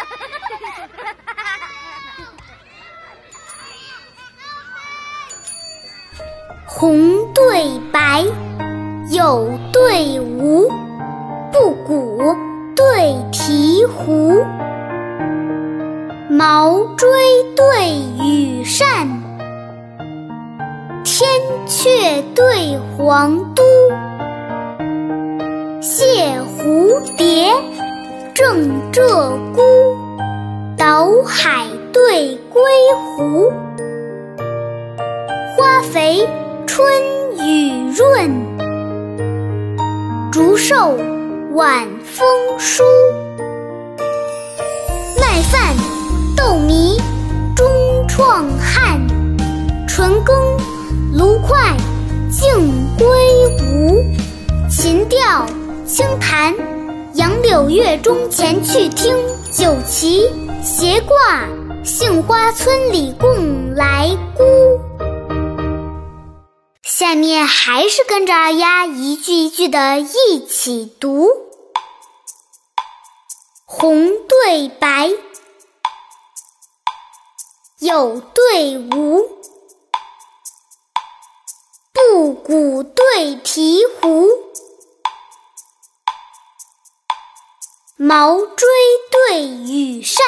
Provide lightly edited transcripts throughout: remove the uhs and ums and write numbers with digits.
红对白，有对无，布谷对鹈鹕，毛锥对羽扇，天阙对黄都，谢蝴蝶，正鹧鸪，岛海对归湖，花肥春雨润，竹瘦晚风疏。麦饭豆糜中创汉，纯羹芦快尽归吴。琴调清弹，杨柳月中前去听。酒旗斜挂，杏花村里共来估。下面还是跟着二丫一句一句的一起读。红对白，有对无，布谷对鹈鹕，毛锥对羽扇，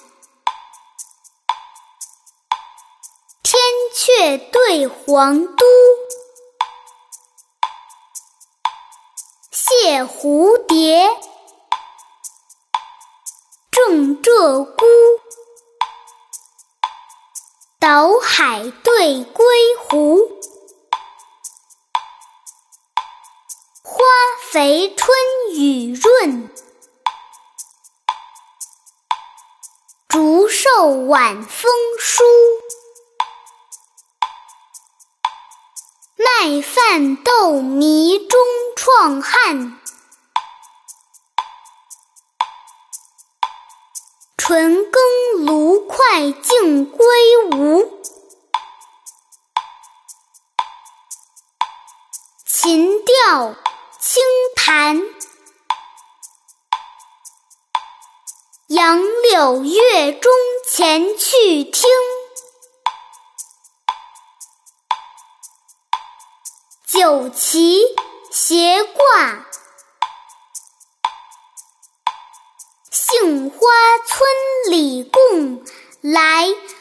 天阙对黄都，谢蝴蝶，正鹧鸪，岛海对归湖，花肥春雨润，竹瘦晚风疏。麦饭豆糜中创汉，纯羹芦快尽归吴。琴调清弹，杨柳月中前去听。酒旗斜挂，杏花村里共来